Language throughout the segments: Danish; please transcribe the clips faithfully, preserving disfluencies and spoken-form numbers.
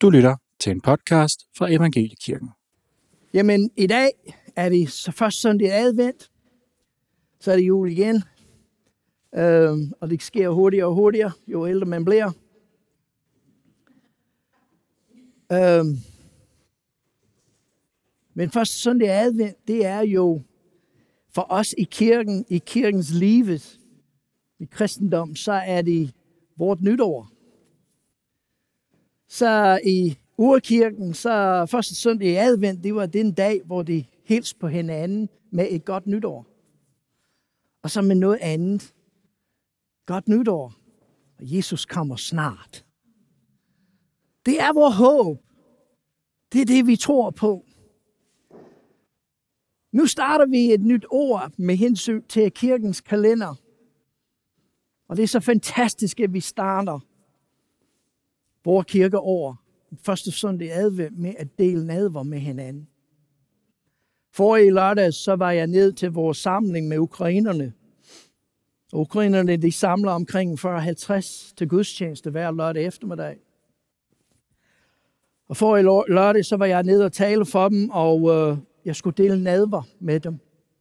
Du lytter til en podcast fra Evangeliekirken. Jamen, i dag er det så først søndag i advent, så er det jul igen, øhm, og det sker hurtigere og hurtigere, jo ældre man bliver. Øhm, men første søndag i advent, det er jo for os i kirken, i kirkens livet, i kristendom, så er det vort nytår. Så i urkirken, så første søndag i advent, det var den dag, hvor de hils på hinanden med et godt nytår. Og så med noget andet. Godt nytår. Og Jesus kommer snart. Det er vores håb. Det er det, vi tror på. Nu starter vi et nyt år med hensyn til kirkens kalender. Og det er så fantastisk, at vi starter vores kirkeår, første søndag i advent, med at dele nadver med hinanden. Forrige lørdag, så var jeg ned til vores samling med ukrainerne. Og ukrainerne, de samler omkring fyrre til halvtreds til gudstjeneste hver lørdag eftermiddag. Og forrige lørdag, så var jeg nede og tale for dem, og øh, jeg skulle dele nadver med dem.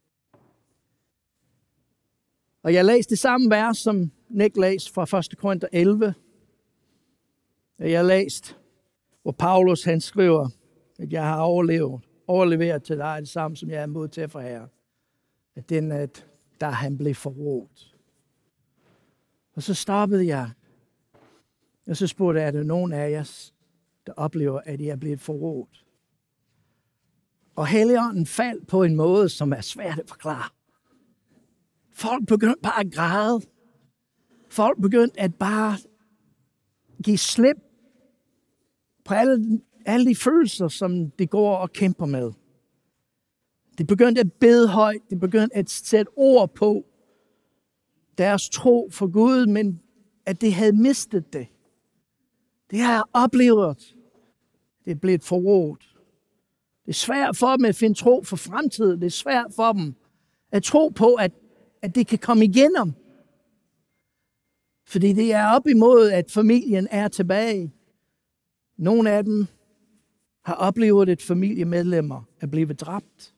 Og jeg læste det samme vers, som Nick læste fra første Korinther elleve. Jeg læste, hvor Paulus han skriver, at jeg har overlevet, overleveret til dig det samme, som jeg er mod til for Herren. At den, at der han blev forrådt. Og så stoppede jeg, og så spurgte jeg, er der nogen af jer, der oplever, at I er blevet forrådt? Og Helligånden faldt på en måde, som er svært at forklare. Folk begyndte bare at græde. Folk begyndte at bare give slip på alle, alle de følelser, som de går og kæmper med. De begyndte at bede højt. De begyndte at sætte ord på deres tro for Gud, men at de havde mistet det. Det har jeg oplevet. Det er blevet forrådt. Det er svært for dem at finde tro for fremtiden. Det er svært for dem at tro på, at, at det kan komme igennem. Fordi det er op imod, at familien er tilbage. Nogle af dem har oplevet, at familiemedlemmer er blevet dræbt.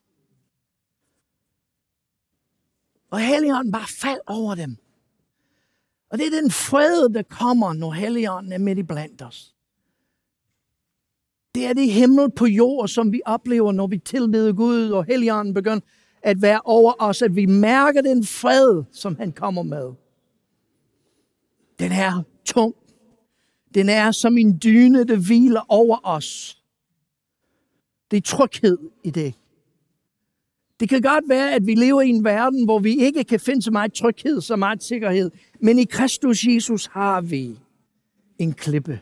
Og Helligånden bare faldt over dem. Og det er den fred, der kommer, når Helligånden er midt i blandt os. Det er det himmel på jord, som vi oplever, når vi tilbeder Gud, og Helligånden begynder at være over os, at vi mærker den fred, som han kommer med. Den er tung. Den er som en dyne, der hviler over os. Det er tryghed i det. Det kan godt være, at vi lever i en verden, hvor vi ikke kan finde så meget tryghed, så meget sikkerhed. Men i Kristus Jesus har vi en klippe.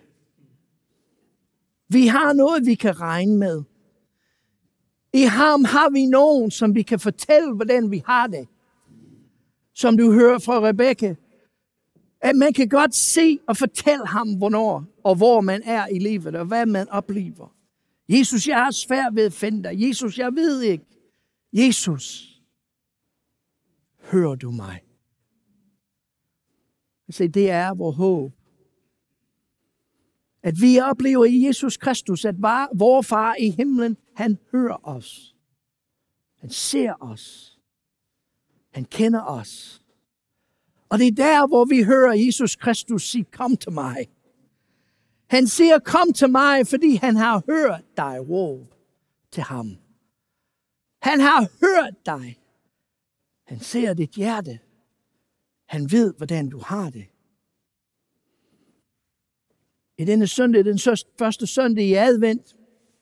Vi har noget, vi kan regne med. I ham har vi nogen, som vi kan fortælle, hvordan vi har det. Som du hører fra Rebecca. At man kan godt se og fortælle ham, hvornår og hvor man er i livet, og hvad man oplever. Jesus, jeg har svært ved at finde dig. Jesus, jeg ved ikke. Jesus, hører du mig? Så det er vores håb. At vi oplever i Jesus Kristus, at vor far i himlen, han hører os. Han ser os. Han kender os. Og det er der, hvor vi hører Jesus Kristus sige, kom til mig. Han siger, kom til mig, fordi han har hørt dig råbe til ham. Han har hørt dig. Han ser dit hjerte. Han ved, hvordan du har det. I denne søndag, den første søndag i advent,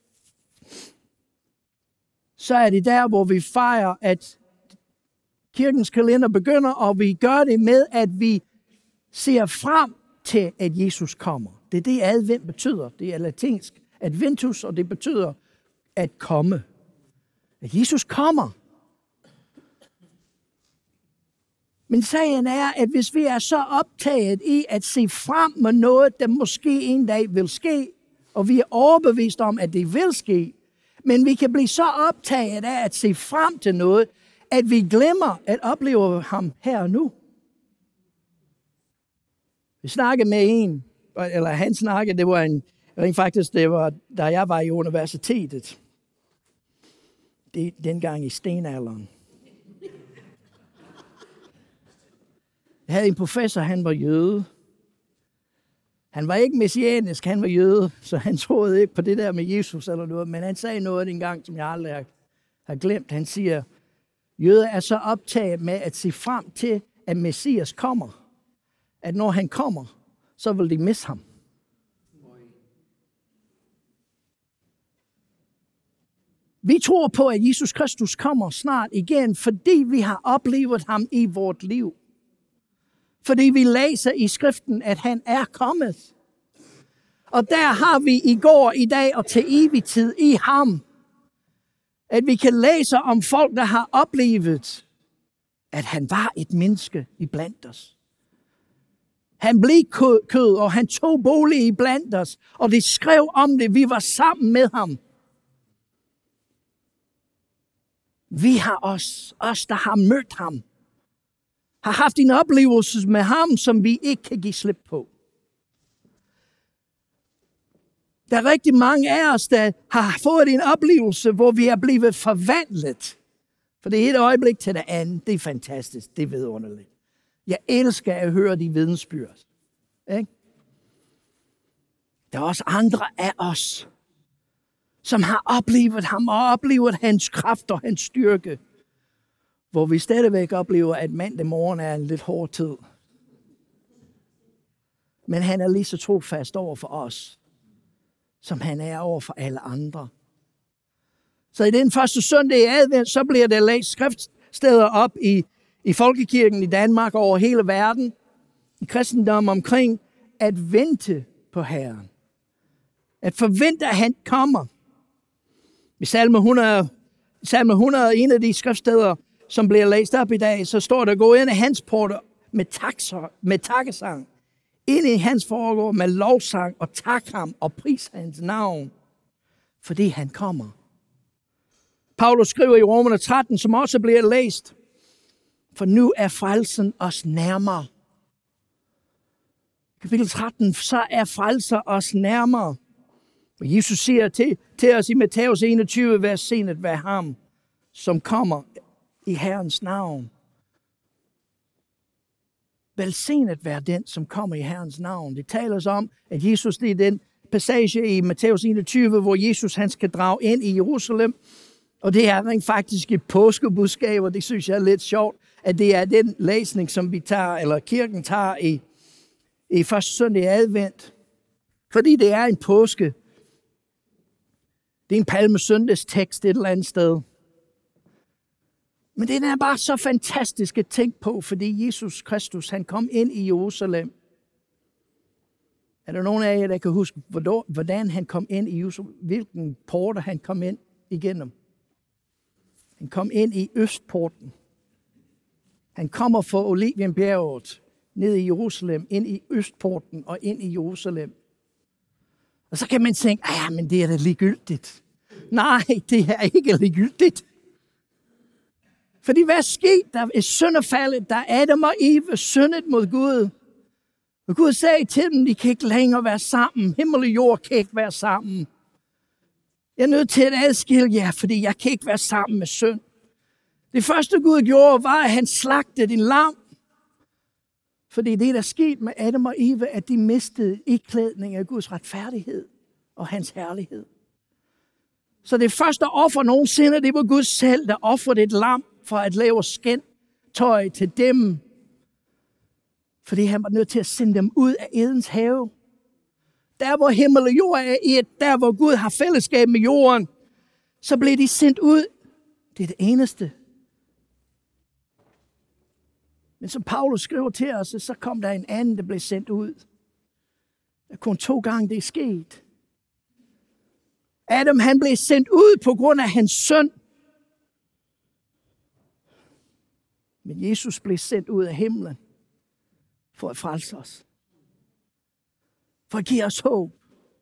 så er det der, hvor vi fejrer, at kirkens kalender begynder, og vi gør det med, at vi ser frem til, at Jesus kommer. Det er det, advent betyder. Det er latinsk adventus, og det betyder at komme. At Jesus kommer. Men sagen er, at hvis vi er så optaget i at se frem med noget, der måske en dag vil ske, og vi er overbevist om, at det vil ske, men vi kan blive så optaget af at se frem til noget, at vi glemmer at opleve ham her og nu. Vi snakkede med en, eller han snakkede, det var en, Rent faktisk, det var, da jeg var i universitetet. Det dengang i stenalderen. Jeg havde en professor, han var jøde. Han var ikke messianisk, han var jøde, så han troede ikke på det der med Jesus eller noget. Men han sagde noget en gang, som jeg aldrig har glemt. Han siger, jøder er så optaget med at se frem til, at Messias kommer. At når han kommer, så vil de misse ham. Vi tror på, at Jesus Kristus kommer snart igen, fordi vi har oplevet ham i vort liv. Fordi vi læser i skriften, at han er kommet. Og der har vi i går, i dag og til evig tid i ham, at vi kan læse om folk, der har oplevet, at han var et menneske i blandt os. Han blev kød, og han tog bolig i blandt os, og de skrev om det. Vi var sammen med ham. Vi har os, os der har mødt ham, har haft en oplevelse med ham, som vi ikke kan give slip på. Der er rigtig mange af os, der har fået en oplevelse, hvor vi er blevet forvandlet. For det er et øjeblik til det andet. Det er fantastisk. Det er vidunderligt. Jeg elsker at høre de vidensbyrd. Ikke? Der er også andre af os, som har oplevet ham og oplevet hans kraft og hans styrke. Hvor vi stadigvæk oplever, at mandag morgen er en lidt hård tid. Men han er lige så trofast over for os, som han er over for alle andre. Så i den første søndag i advent, så bliver der læst skriftsteder op i, i folkekirken i Danmark og over hele verden, i kristendom omkring at vente på Herren. At forvente, at han kommer. I salme hundrede, salme hundrede, en af de skriftsteder, som bliver læst op i dag, så står der, gå ind i hans porte med, takser, med takkesang. Ind i hans foregår med lovsang og tak ham og pris hans navn, fordi han kommer. Paulus skriver i Romerne tretten, som også bliver læst, for nu er frelsen os nærmere. Kapitel tretten, så er frelser os nærmere. Og Jesus siger til, til os i Matthæus enogtyve, vers senet, hvad ham, som kommer i Herrens navn. Velsignet være den, som kommer i Herrens navn. Det taler sig om, at Jesus, det er den passage i Matthæus enogtyve, hvor Jesus han skal drage ind i Jerusalem. Og det er rent faktisk et påskebudskab, og det synes jeg er lidt sjovt, at det er den læsning, som vi tager, eller kirken tager i, i første søndag i advent. Fordi det er en påske. Det er en palmesøndagstekst et eller andet sted. Men det er bare så fantastisk at tænke på, fordi Jesus Kristus, han kom ind i Jerusalem. Er der nogen af jer, der kan huske, hvordan han kom ind i Jerusalem? Hvilken porter han kom ind igennem? Han kom ind i Østporten. Han kommer fra Olivenbjerget ned i Jerusalem, ind i Østporten og ind i Jerusalem. Og så kan man tænke, ah, men det er da ligegyldigt. Nej, det er ikke ligegyldigt. Fordi hvad skete der i syndefaldet, da Adam og Eve syndede mod Gud? Og Gud sagde til dem, de kan ikke længere være sammen. Himmel og jord kan ikke være sammen. Jeg er nødt til at adskille jer, fordi jeg kan ikke være sammen med synd. Det første Gud gjorde, var, at han slagtede en lam. Fordi det, der skete med Adam og Eve, at de mistede iklædning af Guds retfærdighed og hans herlighed. Så det første offer nogensinde, det var Gud selv, der ofrede et lam for at lave skindtøj til dem. Fordi han var nødt til at sende dem ud af Edens have. Der hvor himmel og jord er et, der hvor Gud har fællesskab med jorden, så blev de sendt ud. Det er det eneste. Men som Paulus skriver til os, så kom der en anden, der blev sendt ud. Der kun to gange det er sket. Adam han blev sendt ud på grund af hans synd. Men Jesus blev sendt ud af himlen for at frelse os. For at give os håb.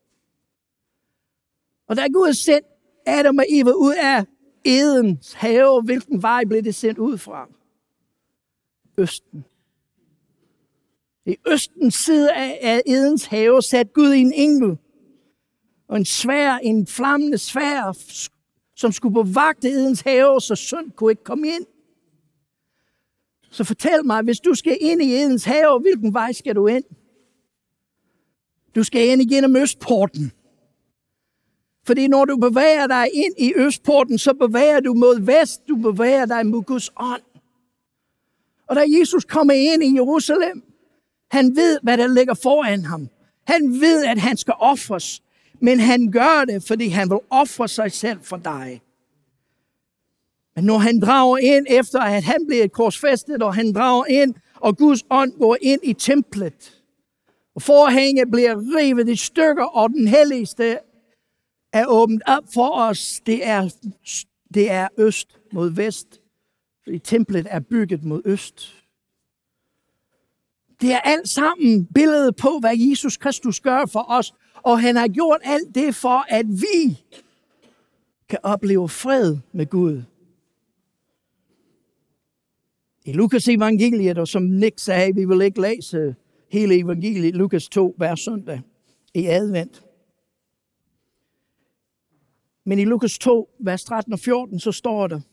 Og da Gud sendte Adam og Eva ud af Edens have, hvilken vej blev det sendt ud fra? Østen. I østens side af Edens have satte Gud en engel. og en svær, en flammende svær, som skulle bevagte Edens have, så synd kunne ikke komme ind. Så fortæl mig, hvis du skal ind i Edens have, hvilken vej skal du ind? Du skal ind igennem Østporten. Fordi når du bevæger dig ind i Østporten, så bevæger du mod vest, du bevæger dig mod Guds ånd. Og da Jesus kommer ind i Jerusalem, han ved, hvad der ligger foran ham. Han ved, at han skal ofres, men han gør det, fordi han vil ofre sig selv for dig. Men når han drager ind, efter at han bliver korsfæstet, og han drager ind, og Guds ånd går ind i templet, og forhænget bliver revet i stykker, og den helligste er åbent op for os, det er, det er øst mod vest, fordi templet er bygget mod øst. Det er alt sammen billedet på, hvad Jesus Kristus gør for os, og han har gjort alt det for, at vi kan opleve fred med Gud. I Lukas evangeliet, og som Nick sagde, vi vil ikke læse hele evangeliet, Lukas to hver søndag i advent. Men i Lukas to, vers tretten og fjorten, så står der,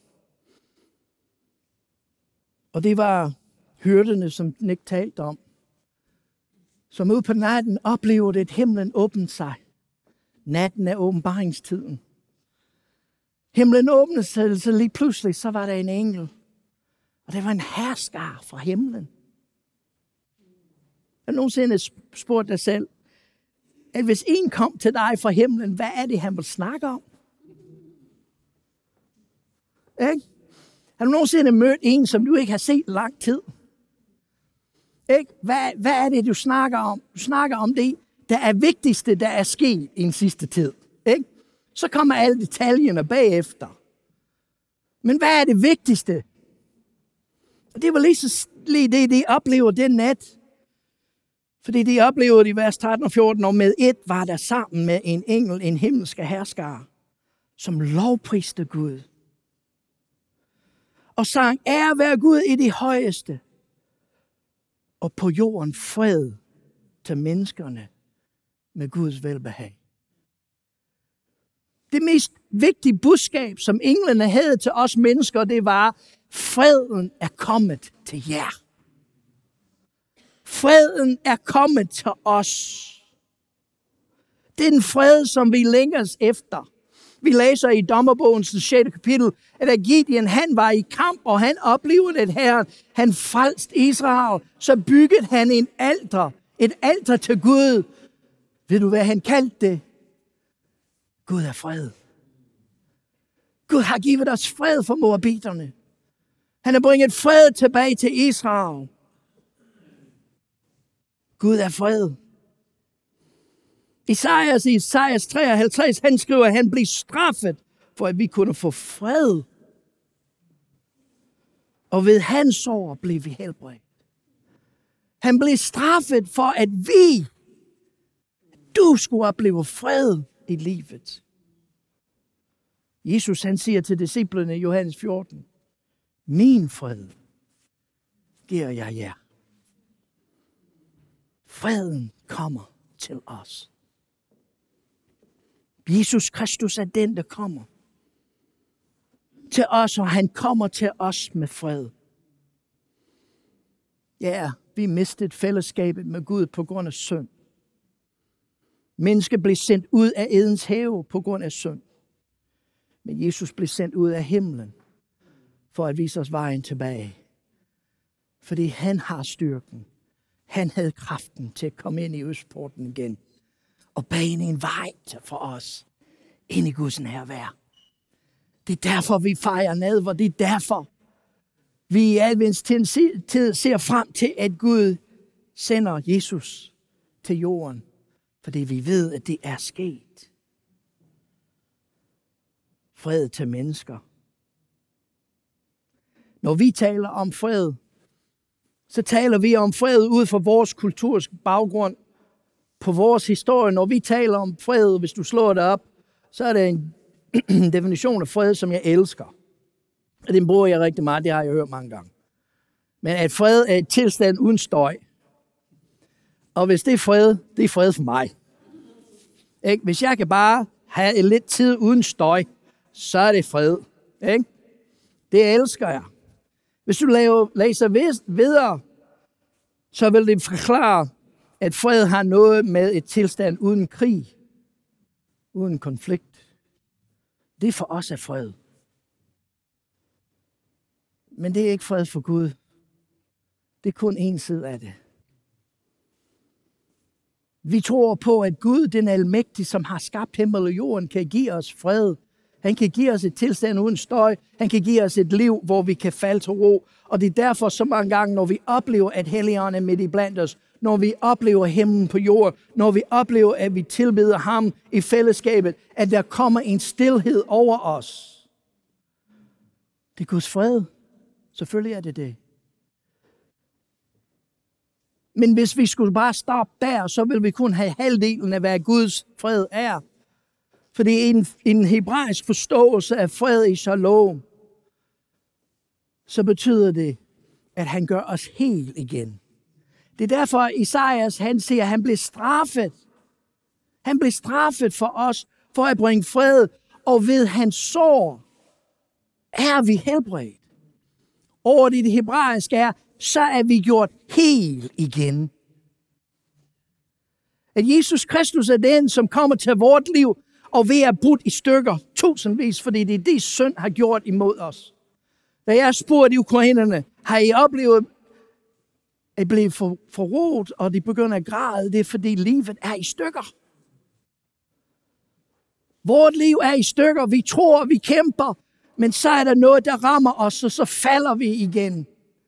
og det var hyrderne, som Nick talte om, som ude på natten oplever det, at himlen åbner sig. Natten er åbenbaringstiden. Himlen åbnede sig, så lige pludselig, så var der en engel. Og det var en herskar fra himlen. Jeg har nogensinde spurgt dig selv, at hvis en kom til dig fra himlen, hvad er det, han vil snakke om? Ikke? Har du nogensinde mødt en, som du ikke har set lang tid? Ikke? Hvad, hvad er det, du snakker om? Du snakker om det, der er vigtigste, der er sket i den sidste tid. Ikke? Så kommer alle detaljerne bagefter. Men hvad er det vigtigste? Og det var lige, så, lige det, de oplever den nat. Fordi de oplever det i vers tretten og fjorten, og med et var der sammen med en engel, en himmelske herskar, som lovpriste Gud. Og sang, ære være Gud i det højeste, og på jorden fred til menneskerne med Guds velbehag. Det mest vigtige budskab, som englene havde til os mennesker, det var, freden er kommet til jer. Freden er kommet til os. Det er den fred, som vi længes efter. Vi læser i Dommerbogens sjette kapitel, at Gideon, han var i kamp, og han oplevede, at Herren, han frelste Israel. Så byggede han en alter, et alter til Gud. Ved du, hvad han kaldte det? Gud er fred. Gud har givet os fred for moabiterne. Han har bringet fred tilbage til Israel. Gud er fred. Isaias i Isaias treoghalvtreds, han skriver, at han blev straffet, for at vi kunne få fred. Og ved hans sår blev vi helbredt. Han blev straffet for, at vi, du skulle opleve fred i livet. Jesus, han siger til disciplene i Johannes fjorten, min fred giver jeg jer. Freden kommer til os. Jesus Kristus er den, der kommer til os, og han kommer til os med fred. Ja, vi mistede fællesskabet med Gud på grund af synd. Mennesker blev sendt ud af Edens have på grund af synd. Men Jesus blev sendt ud af himlen for at vise os vejen tilbage. Fordi han har styrken. Han havde kraften til at komme ind i Østporten igen og bane en vej for os ind i Guds nærvær. Det er derfor, vi fejrer nadver. Det er derfor, vi i adventstid ser frem til, at Gud sender Jesus til jorden. Fordi vi ved, at det er sket. Fred til mennesker. Når vi taler om fred, så taler vi om fred ud fra vores kulturs baggrund, på vores historie. Når vi taler om fred, hvis du slår det op, så er det en definition af fred, som jeg elsker. Og den bruger jeg rigtig meget, det har jeg hørt mange gange. Men at fred er et tilstand uden støj. Og hvis det er fred, det er fred for mig. Ikke? Hvis jeg kan bare have lidt tid uden støj, så er det fred. Ikke? Det elsker jeg. Hvis du læser videre, så vil det forklare, at fred har noget med et tilstand uden krig, uden konflikt. Det for os er fred. Men det er ikke fred for Gud. Det er kun en side af det. Vi tror på, at Gud, den almægtige, som har skabt himmel og jorden, kan give os fred. Han kan give os et tilstand uden støj. Han kan give os et liv, hvor vi kan falde til ro. Og det er derfor så mange gange, når vi oplever, at Helligånden er midt i blandt os, når vi oplever himlen på jorden, når vi oplever, at vi tilbeder ham i fællesskabet, at der kommer en stilhed over os. Det er Guds fred. Selvfølgelig er det det. Men hvis vi skulle bare stoppe der, så ville vi kun have halvdelen af, hvad Guds fred er. Fordi en, en hebraisk forståelse af fred i shalom, så betyder det, at han gør os helt igen. Det er derfor, Isaias, han siger, at han blev straffet. Han blev straffet for os, for at bringe fred, og ved hans sår er vi helbredt. Over det, det hebraiske er, så er vi gjort helt igen. At Jesus Kristus er den, som kommer til vort liv, og vi er brudt i stykker tusindvis, fordi det er det, synd har gjort imod os. Da jeg spurgte ukrainerne, har I oplevet at blive for, forrådt, og de begynder at græde, det er fordi livet er i stykker. Vort liv er i stykker, vi tror, vi kæmper, men så er der noget, der rammer os, og så falder vi igen.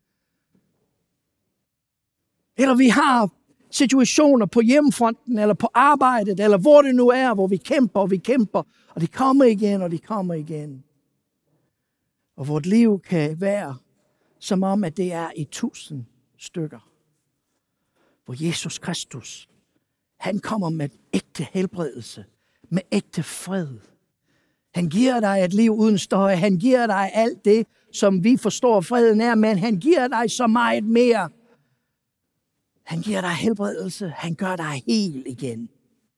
Eller vi har situationer på hjemmefronten, eller på arbejdet, eller hvor det nu er, hvor vi kæmper, og vi kæmper, og de kommer igen, og de kommer igen. Og vort liv kan være, som om, at det er i tusind stykker. Hvor Jesus Kristus, han kommer med ægte helbredelse, med ægte fred. Han giver dig et liv uden støj, han giver dig alt det, som vi forstår freden er, men han giver dig så meget mere. Han giver dig helbredelse. Han gør dig helt igen.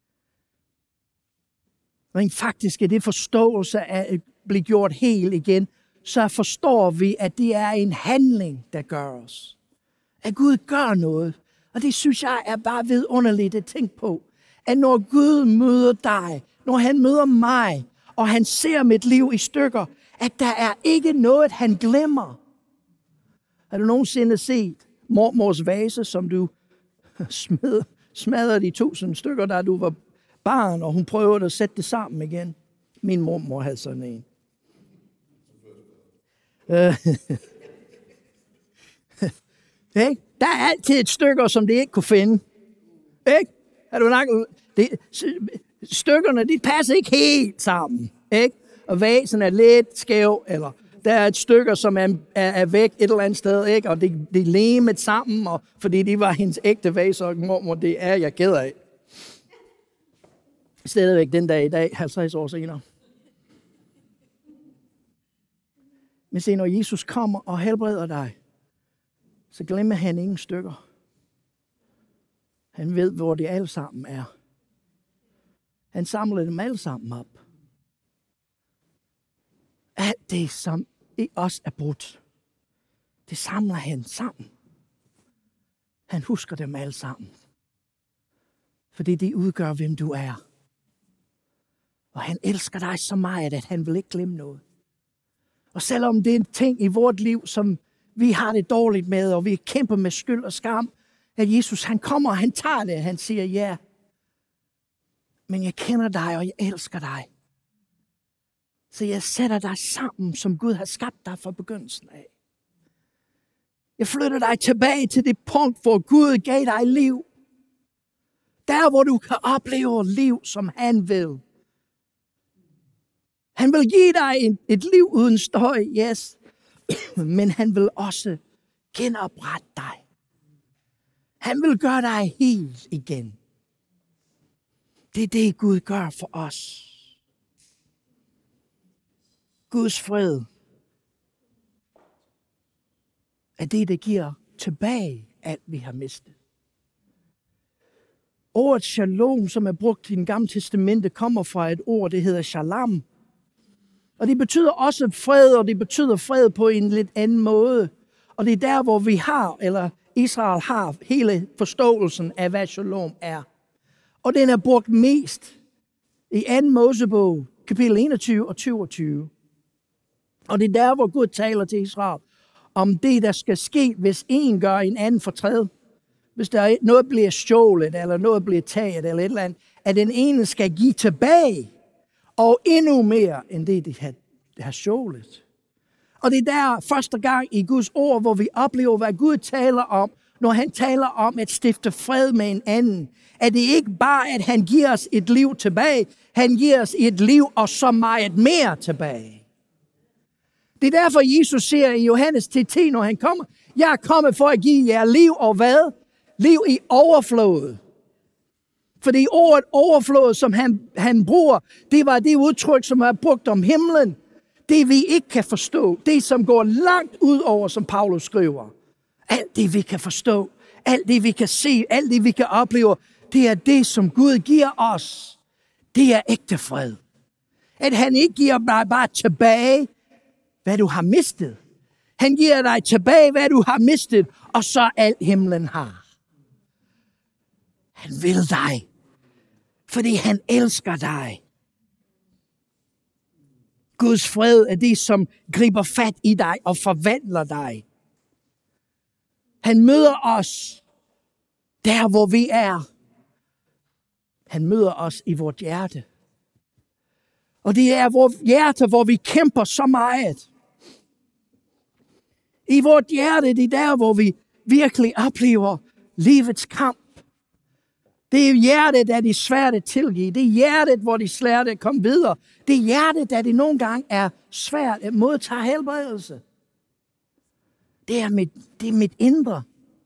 Men faktisk er det forståelse af at blive gjort helt igen, så forstår vi, at det er en handling, der gør os. At Gud gør noget. Og det synes jeg er bare vidunderligt at tænke på. At når Gud møder dig, når han møder mig, og han ser mit liv i stykker, at der er ikke noget, han glemmer. Har du nogensinde set mormors vase, som du smed, smadrede de tusind stykker, da du var barn, og hun prøvede at sætte det sammen igen? Min mormor havde sådan en. Der er altid et stykker, som det ikke kunne finde. Ikke? Er du nok? Det, stykkerne, de passer ikke helt sammen. Ikke? Og vasen er lidt skæv, eller der er et stykker, som er, er, er væk et eller andet sted, ikke? Og det, det er lemet sammen, og, fordi de var hendes ægte vaser, og mormor, det er jeg ked af. Stadigvæk den dag i dag, halvtreds år senere. Men se, når Jesus kommer og helbreder dig, så glemmer han ingen stykker. Han ved, hvor de alle sammen er. Han samler dem alle sammen op. Alt det, som i os er brudt, det samler han sammen. Han husker dem alle sammen. Fordi det udgør, hvem du er. Og han elsker dig så meget, at han vil ikke glemme noget. Og selvom det er en ting i vort liv, som vi har det dårligt med, og vi kæmper med skyld og skam, at Jesus, han kommer, og han tager det, han siger, ja, men jeg kender dig, og jeg elsker dig. Så jeg sætter dig sammen, som Gud har skabt dig fra begyndelsen af. Jeg flytter dig tilbage til det punkt, hvor Gud gav dig liv. Der, hvor du kan opleve liv, som han vil. Han vil give dig et liv uden støj, yes. Men han vil også genoprette dig. Han vil gøre dig helt igen. Det er det, Gud gør for os. Guds fred er det, der giver tilbage alt, vi har mistet. Ordet shalom, som er brugt i den gamle testamente, kommer fra et ord, det hedder shalom. Og det betyder også fred, og det betyder fred på en lidt anden måde. Og det er der, hvor vi har, eller Israel har, hele forståelsen af, hvad shalom er. Og den er brugt mest i anden Mosebog, kapitel enogtyve og toogtyve. Og det er der, hvor Gud taler til Israel om det, der skal ske, hvis en gør en anden fortræd. Hvis der er noget bliver stjålet, eller noget bliver taget, eller et eller andet, at den ene skal give tilbage, og endnu mere, end det, de har, de har stjålet. Og det er der første gang i Guds ord, hvor vi oplever, hvad Gud taler om, når han taler om at stifte fred med en anden. At det ikke bare, at han giver os et liv tilbage, han giver os et liv og så meget mere tilbage. Det er derfor, Jesus siger i Johannes ti ti, når han kommer, jeg er kommet for at give jer liv og hvad? Liv i overflod. Fordi ordet overflod, som han, han bruger, det var det udtryk, som er brugt om himlen. Det vi ikke kan forstå. Det som går langt ud over, som Paulus skriver. Alt det vi kan forstå. Alt det vi kan se. Alt det vi kan opleve. Det er det som Gud giver os. Det er ægte fred. At han ikke giver dig bare tilbage, hvad du har mistet. Han giver dig tilbage, hvad du har mistet. Og så alt himlen har. Han vil dig. Fordi han elsker dig. Guds fred er det, som griber fat i dig og forvandler dig. Han møder os der, hvor vi er. Han møder os i vores hjerte. Og det er vores hjerte, hvor vi kæmper så meget. I vores hjerte, det er der, hvor vi virkelig oplever livets kamp. Det er hjertet, der er det svært at tilgive. Det er hjertet, hvor det er svært at komme videre. Det er hjertet, der det nogle gange er svært at modtage helbredelse. Det er mit, det er mit indre.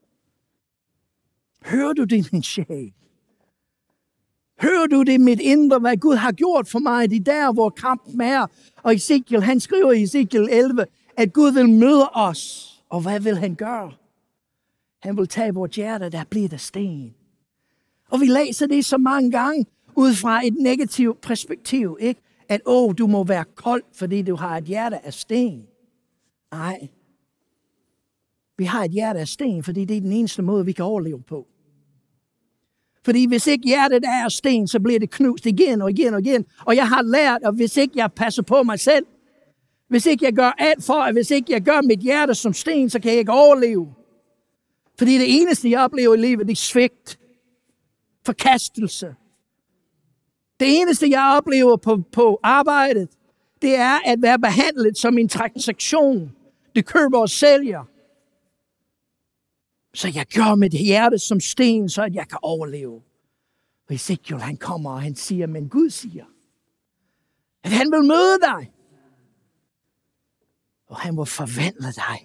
Hører du det, min sjæl? Hører du det, mit indre, hvad Gud har gjort for mig? Det er der, hvor kampen er. Og Ezekiel, han skriver i Ezekiel elleve, at Gud vil møde os. Og hvad vil han gøre? Han vil tage vores hjerte, der bliver der sten. Og vi læser det så mange gange ud fra et negativt perspektiv, ikke? At, åh, du må være kold, fordi du har et hjerte af sten. Nej. Vi har et hjerte af sten, fordi det er den eneste måde, vi kan overleve på. Fordi hvis ikke hjertet er af sten, så bliver det knust igen og igen og igen. Og jeg har lært, at hvis ikke jeg passer på mig selv, hvis ikke jeg gør alt for, at hvis ikke jeg gør mit hjerte som sten, så kan jeg ikke overleve. Fordi det eneste, jeg oplever i livet, det er svigt. Forkastelse. Det eneste, jeg oplever på, på arbejdet, det er at være behandlet som en transaktion. Det køber og sælger. Så jeg gør mit hjerte som sten, så at jeg kan overleve. Og Ezekiel, han kommer, og han siger, men Gud siger, at han vil møde dig. Og han vil forvandle dig.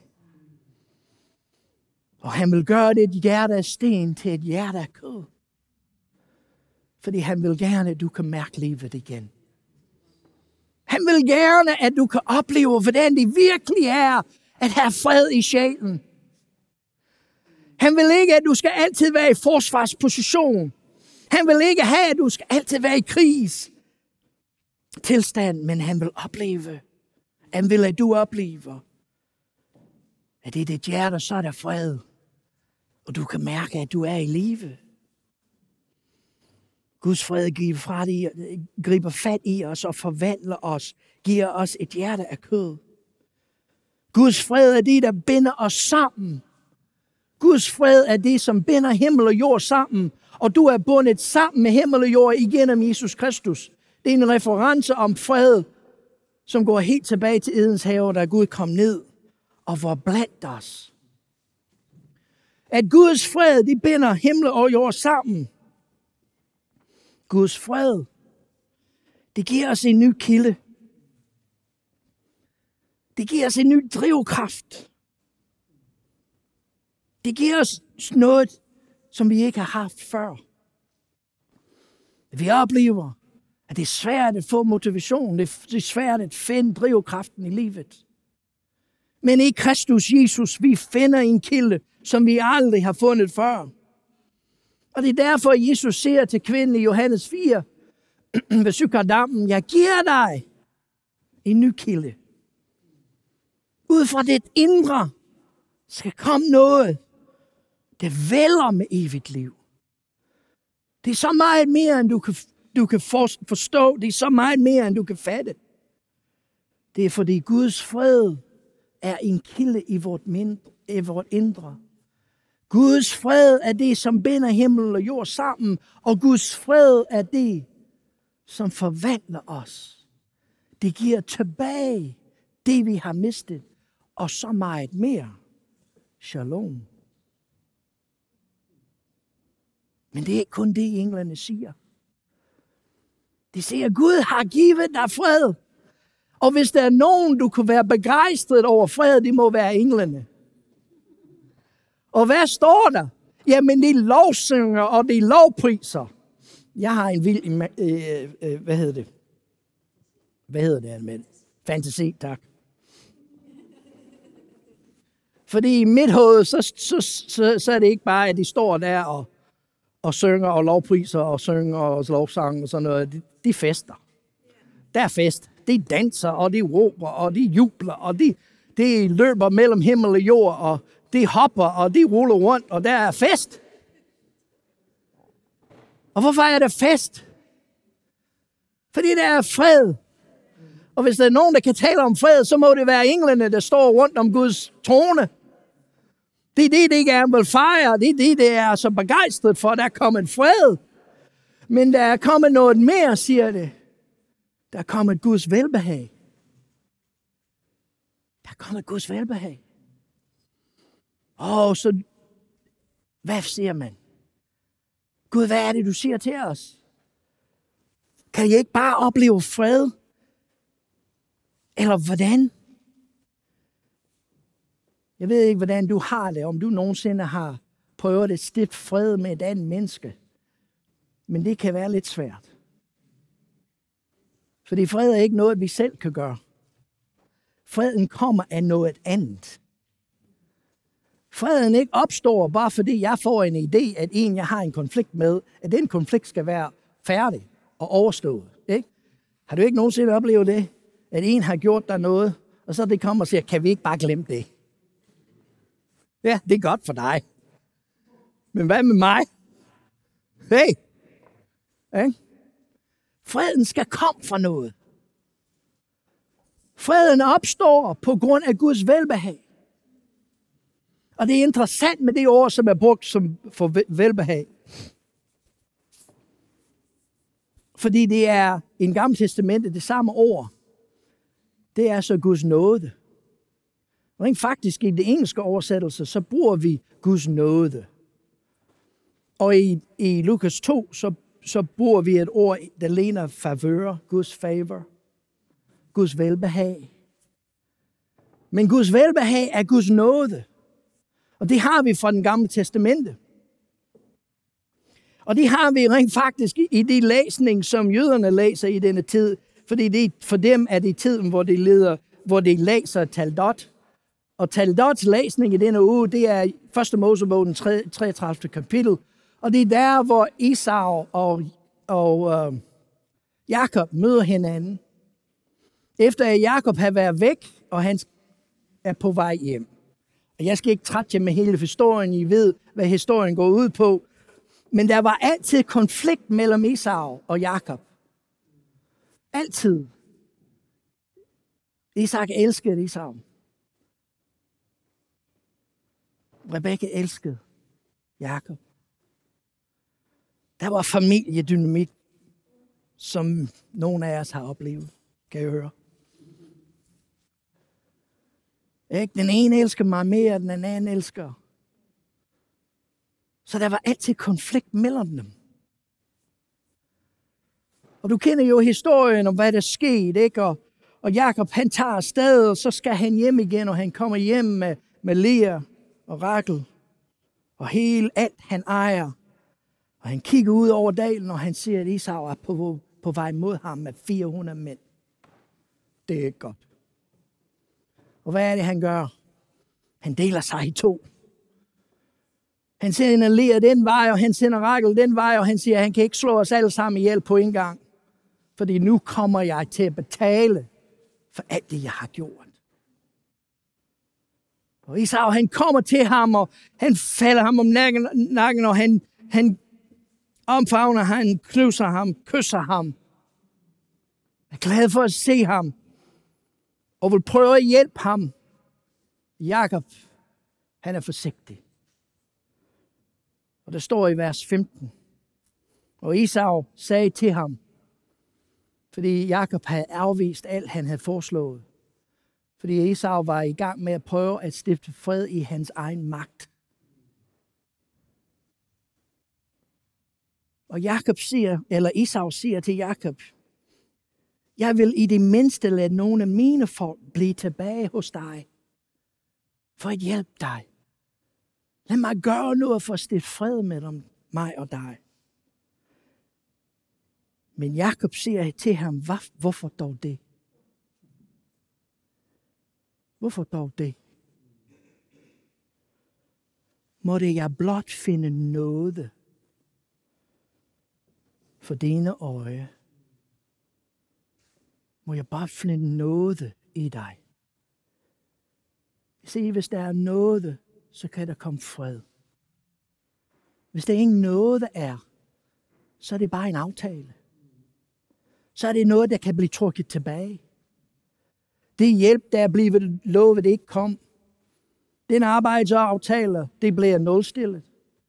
Og han vil gøre dit hjerte af sten til et hjerte af kød. Fordi han vil gerne, at du kan mærke livet igen. Han vil gerne, at du kan opleve, hvordan det virkelig er at have fred i sjælen. Han vil ikke, at du skal altid være i forsvarsposition. Han vil ikke have, at du skal altid være i krigs tilstand, men han vil opleve. Han vil, at du oplever, at det er dit hjerte, så er der fred. Og du kan mærke, at du er i live. Guds fred griber, fra det, griber fat i os og forvandler os. Giver os et hjerte af kød. Guds fred er det, der binder os sammen. Guds fred er det, som binder himmel og jord sammen. Og du er bundet sammen med himmel og jord igennem Jesus Kristus. Det er en reference om fred, som går helt tilbage til Edens have, da Gud kom ned og var blandt os. At Guds fred, det binder himmel og jord sammen. Guds fred, det giver os en ny kilde. Det giver os en ny drivkraft. Det giver os noget, som vi ikke har haft før. Vi oplever, at det er svært at få motivation. Det er svært at finde drivkraften i livet. Men i Kristus Jesus, vi finder en kilde, som vi aldrig har fundet før. Og det er derfor, Jesus siger til kvinden i Johannes fire, ved Sykardammen, jeg giver dig en ny kilde. Ud fra dit indre skal komme noget, der vælger med evigt liv. Det er så meget mere, end du kan, du kan forstå. Det er så meget mere, end du kan fatte. Det er fordi Guds fred er en kilde i vort, mind, i vort indre. Guds fred er det, som binder himmel og jord sammen. Og Guds fred er det, som forvandler os. Det giver tilbage det, vi har mistet. Og så meget mere. Shalom. Men det er ikke kun det, englene siger. De siger, at Gud har givet dig fred. Og hvis der er nogen, du kunne være begejstret over fred, det må være englene. Og hvad står der? Jamen, det er lovsynger, og det er lovpriser. Jeg har en vild, øh, øh, hvad hedder det? Hvad hedder det, med fantasi, tak. Fordi i mit hoved, så, så, så, så er det ikke bare, at de står der og, og synger og lovpriser og synger og lovsang og sådan noget. De, de fester. Der er fest. De danser, og de råber, og de jubler, og de, de løber mellem himmel og jord, og de hopper, og de ruller rundt, og der er fest. Og hvorfor er der fest? Fordi der er fred. Og hvis der er nogen, der kan tale om fred, så må det være englene, der står rundt om Guds trone. Det er det, de gerne vil fejre. Det er det, de er så begejstret for. Der er kommet fred. Men der er kommet noget mere, siger det. Der er kommet Guds velbehag. Der er kommet Guds velbehag. Åh, så hvad siger man? Gud, hvad er det, du siger til os? Kan I ikke bare opleve fred? Eller hvordan? Jeg ved ikke, hvordan du har det, om du nogensinde har prøvet at stifte fred med et andet menneske. Men det kan være lidt svært. Fordi fred er ikke noget, vi selv kan gøre. Freden kommer af noget andet. Freden ikke opstår bare fordi jeg får en idé, at en, jeg har en konflikt med, at den konflikt skal være færdig og overstået. Ikke? Har du ikke nogensinde oplevet det? At en har gjort dig noget, og så det kommer og siger, kan vi ikke bare glemme det? Ja, det er godt for dig. Men hvad med mig? Hey! Okay? Freden skal komme fra noget. Freden opstår på grund af Guds velbehag. Og det er interessant med det ord, som er brugt som for velbehag. Fordi det er i en Gamle Testamente det samme ord. Det er så Guds nåde. Og faktisk i det engelske oversættelse, så bruger vi Guds nåde. Og i, i Lukas to, så, så bruger vi et ord, der ligner favør, Guds favor, Guds velbehag. Men Guds velbehag er Guds nåde. Og det har vi fra den Gamle Testamente. Og det har vi rent faktisk i de læsning, som jøderne læser i denne tid. Fordi det, for dem er det tiden, hvor de, leder, hvor de læser Taldot. Og Taldots læsning i denne uge, det er første Mosebog, den treogtredivte kapitel. Og det er der, hvor Esau og, og øh, Jakob møder hinanden. Efter at Jakob har været væk, og han er på vej hjem. Og jeg skal ikke trætte jer med hele historien, I ved, hvad historien går ud på. Men der var altid konflikt mellem Esau og Jakob. Altid. Isak elskede Esau. Rebekka elskede Jakob. Der var familiedynamik, som nogle af os har oplevet. Kan I høre? Ikke? Den ene elsker mig mere, end den anden elsker. Så der var altid konflikt mellem dem. Og du kender jo historien om, hvad der skete, ikke? Og, og Jakob, han tager afsted, og så skal han hjem igen, og han kommer hjem med, med Lea og Rachel. Og hele alt, han ejer. Og han kigger ud over dalen, og han ser, at Esau er på, på vej mod ham med fire hundrede mænd. Det er ikke godt. Og hvad er det, han gør? Han deler sig i to. Han sender Lea den vej, og han sender Rachel den vej, og han siger, at han kan ikke slå os alle sammen ihjel på en gang. Fordi nu kommer jeg til at betale for alt det, jeg har gjort. Og Esau, han kommer til ham, og han falder ham om nakken, nakken og han, han omfavner, han knusser ham, kysser ham. Jeg er glad for at se ham, og vil prøve at hjælpe ham. Jakob, han er forsigtig. Og der står i vers femten. Og Esau sagde til ham, fordi Jakob havde afvist alt, han havde foreslået. Fordi Esau var i gang med at prøve at stifte fred i hans egen magt. Og Jakob siger, eller Esau siger til Jakob, jeg vil i det mindste lade nogle af mine folk blive tilbage hos dig, for at hjælpe dig. Lad mig gøre noget for at stifte fred mellem mig og dig. Men Jakob siger til ham, hvorfor dog det? Hvorfor dog det? Måtte jeg blot finde nåde for dine øje. Må jeg bare finde nåde i dig. Se, hvis der er nåde, så kan der komme fred. Hvis der ingen nåde er, så er det bare en aftale. Så er det noget, der kan blive trukket tilbage. Det hjælp, der er blevet lovet, det ikke kom. Den arbejdsaftale, det bliver nulstillet.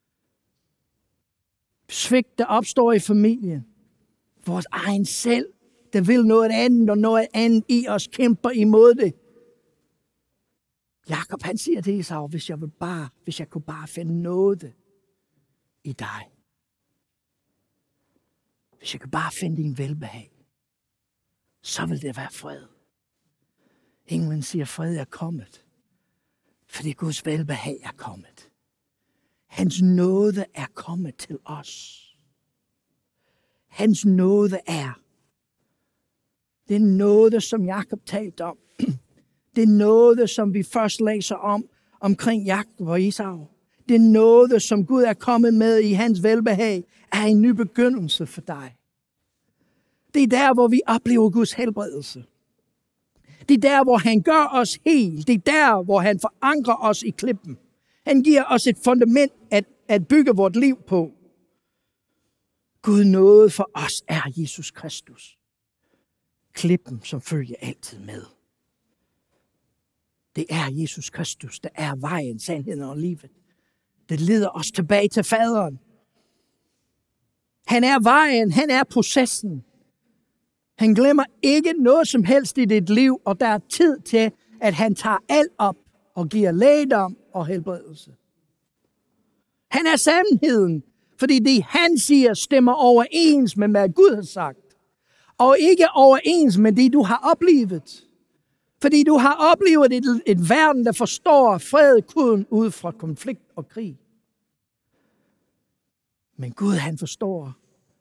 Svigt, der opstår i familien. Vores egen selv, der vil noget andet, og noget andet i os kæmper imod det. Jakob, han siger til Esau, hvis jeg, vil bare, hvis jeg kunne bare finde noget i dig. Hvis jeg kunne bare finde din velbehag, så vil det være fred. Englen siger, fred er kommet, fordi Guds velbehag er kommet. Hans nåde er kommet til os. Hans nåde er den nåde, som Jakob talte om. Det nåde, som vi først læser om, omkring Jakob og Esau. Det nåde, som Gud er kommet med i hans velbehag, er en ny begyndelse for dig. Det er der, hvor vi oplever Guds helbredelse. Det er der, hvor han gør os helt. Det er der, hvor han forankrer os i klippen. Han giver os et fundament at, at bygge vort liv på. Gud nåde for os er Jesus Kristus. Klippen, som følger altid med. Det er Jesus Kristus, der er vejen, sandheden og livet. Det leder os tilbage til faderen. Han er vejen, han er processen. Han glemmer ikke noget som helst i dit liv, og der er tid til, at han tager alt op og giver lægedom og helbredelse. Han er sandheden, fordi det han siger stemmer overens med, hvad Gud har sagt. Og ikke overens med det, du har oplevet. Fordi du har oplevet et, et verden, der forstår fred kun ud fra konflikt og krig. Men Gud, han forstår,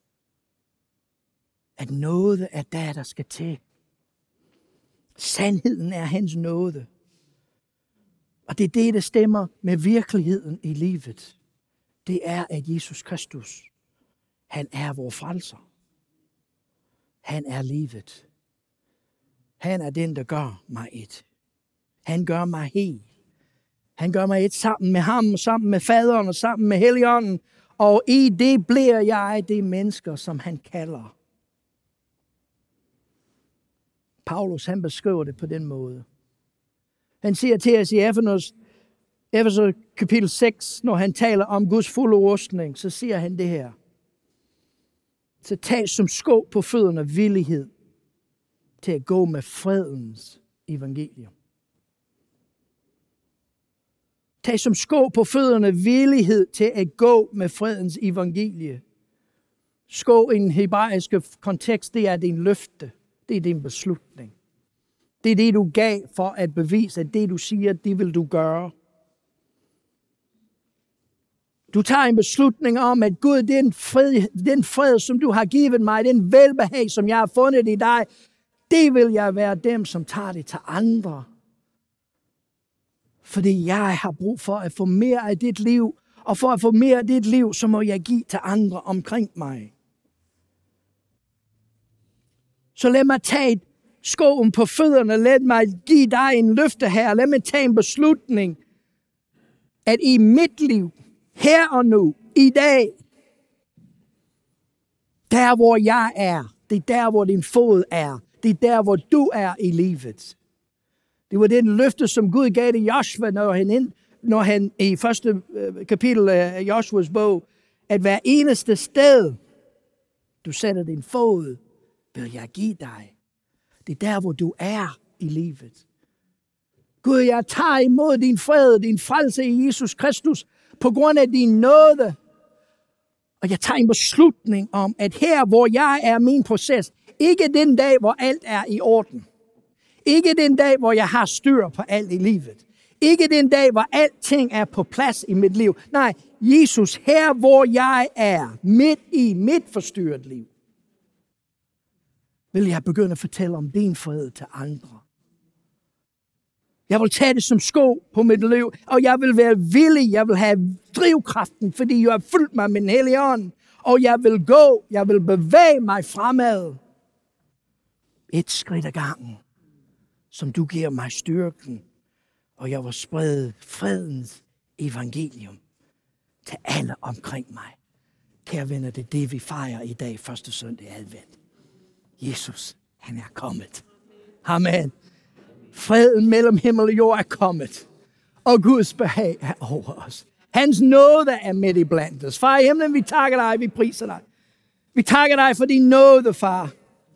at noget er der, der skal til. Sandheden er hans nåde. Og det er det, der stemmer med virkeligheden i livet. Det er, at Jesus Kristus, han er vor frelser. Han er livet. Han er den, der gør mig et. Han gør mig hel. Han gør mig et sammen med ham, sammen med faderen og sammen med Helligånden. Og i det bliver jeg det mennesker, som han kalder. Paulus, han beskriver det på den måde. Han siger til os i Efesos, Efesos kapitel seks, når han taler om Guds fulde rustning, så siger han det her. Så tag som sko på fødderne villighed til at gå med fredens evangelium. Tag som sko på fødderne villighed til at gå med fredens evangelie. Sko i den hebraiske kontekst, det er din løfte. Det er din beslutning. Det er det, du gav for at bevise, at det, du siger, det vil du gøre. Du tager en beslutning om, at Gud, den fred, den fred, som du har givet mig, den velbehag, som jeg har fundet i dig, det vil jeg være dem, som tager det til andre. Fordi jeg har brug for at få mere af dit liv, Og for at få mere af dit liv, så må jeg give til andre omkring mig. Så lad mig tage skoen på fødderne. Lad mig give dig en løfte her. Lad mig tage en beslutning, at i mit liv, her og nu, i dag, der hvor jeg er, det er der, hvor din fod er. Det er der, hvor du er i livet. Det var den løfte, som Gud gav til Joshua, når han, ind, når han i første kapitel af Joshuas bog, at hver eneste sted, du sætter din fod, vil jeg give dig. Det er der, hvor du er i livet. Gud, jeg tager imod din fred, din frelse i Jesus Kristus, på grund af din nåde. Og jeg tager en beslutning om, at her, hvor jeg er min proces, ikke den dag, hvor alt er i orden. Ikke den dag, hvor jeg har styr på alt i livet. Ikke den dag, hvor alting er på plads i mit liv. Nej, Jesus, her hvor jeg er, midt i mit forstyrret liv, vil jeg begynde at fortælle om din fred til andre. Jeg vil tage det som sko på mit liv, og jeg vil være villig, jeg vil have drivkraften, fordi jeg har fyldt mig med den hellige ånd. Og jeg vil gå, jeg vil bevæge mig fremad. Et skridt ad gangen, som du giver mig styrken, og jeg vil sprede fredens evangelium til alle omkring mig. Kære venner, det er det, vi fejrer i dag, første søndag advent. Jesus, han er kommet. Amen. Freden mellem himmel og jord er kommet, og Guds behag er over os. Hans nåde er midt i blandt os. Far i himlen, vi takker dig, vi priser dig. Vi takker dig for din nåde, far.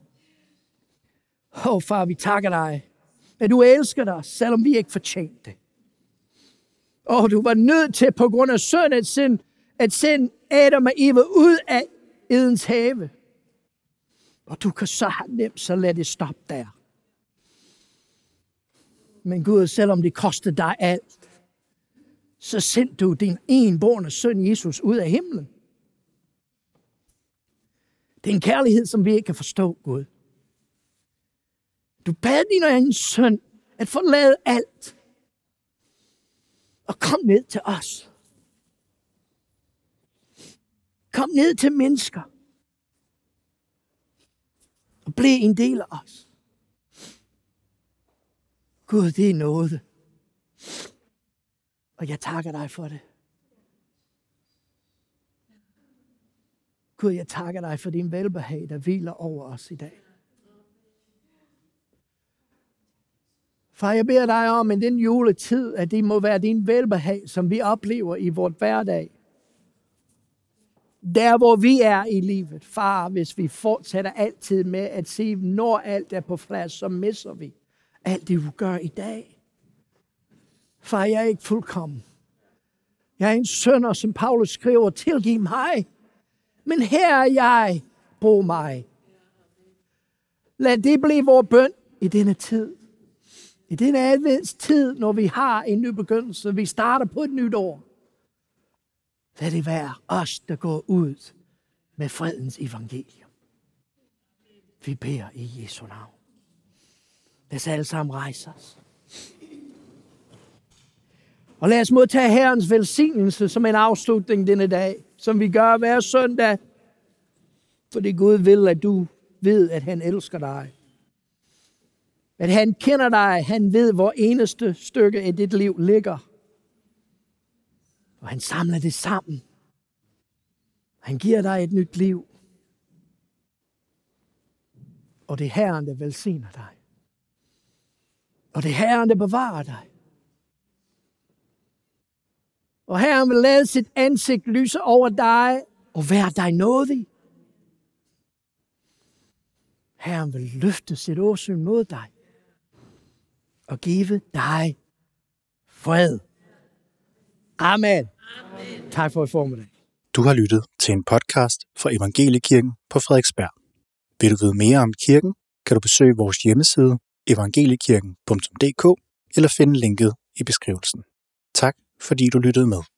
Åh, oh, far, vi takker dig, at du elsker os, selvom vi ikke fortjente det. Åh, oh, du var nødt til, på grund af synd, at sende, at sende Adam og Eva ud af Edens have. Og du kan så have nemt, så lad det stoppe der. Men Gud, selvom det kostede dig alt, så sendte du din enbårne søn Jesus ud af himlen. Det er en kærlighed, som vi ikke kan forstå, Gud. Du bad din egen søn at forlade alt og kom ned til os. Kom ned til mennesker og blev en del af os. Gud, det er noget. Og jeg takker dig for det. Gud, jeg takker dig for din velbehag, der hviler over os i dag. Far, jeg beder dig om, at den juletid, at det må være din velbehag, som vi oplever i vores hverdag. Der, hvor vi er i livet. Far, hvis vi fortsætter altid med at sige, når alt er på plads, så misser vi alt det, du gør i dag. Far, jeg er ikke fuldkommen. Jeg er en synder, som Paulus skriver, tilgiv mig. Men her er jeg, brug mig. Lad det blive vores bøn i denne tid. I denne adventstid, når vi har en ny begyndelse, vi starter på et nyt år. Lad det være os, der går ud med fredens evangelium. Vi beder i Jesu navn. Lad os alle sammen rejse os. Og lad os modtage Herrens velsignelse som en afslutning denne dag, som vi gør hver søndag. Fordi Gud vil, at du ved, at han elsker dig. At han kender dig, han ved, hvor eneste stykke af dit liv ligger. Og han samler det sammen. Han giver dig et nyt liv. Og det er Herren, der velsigner dig. Og det er Herren, der bevarer dig. Og Herren vil lade sit ansigt lyse over dig og være dig nådig. Herren vil løfte sit åsyn mod dig og give dig fred. Amen. Amen. Tak for et formiddag. Du har lyttet til en podcast fra Evangeliekirken på Frederiksberg. Vil du vide mere om kirken, kan du besøge vores hjemmeside evangeliekirken punktum d k eller finde linket i beskrivelsen. Tak fordi du lyttede med.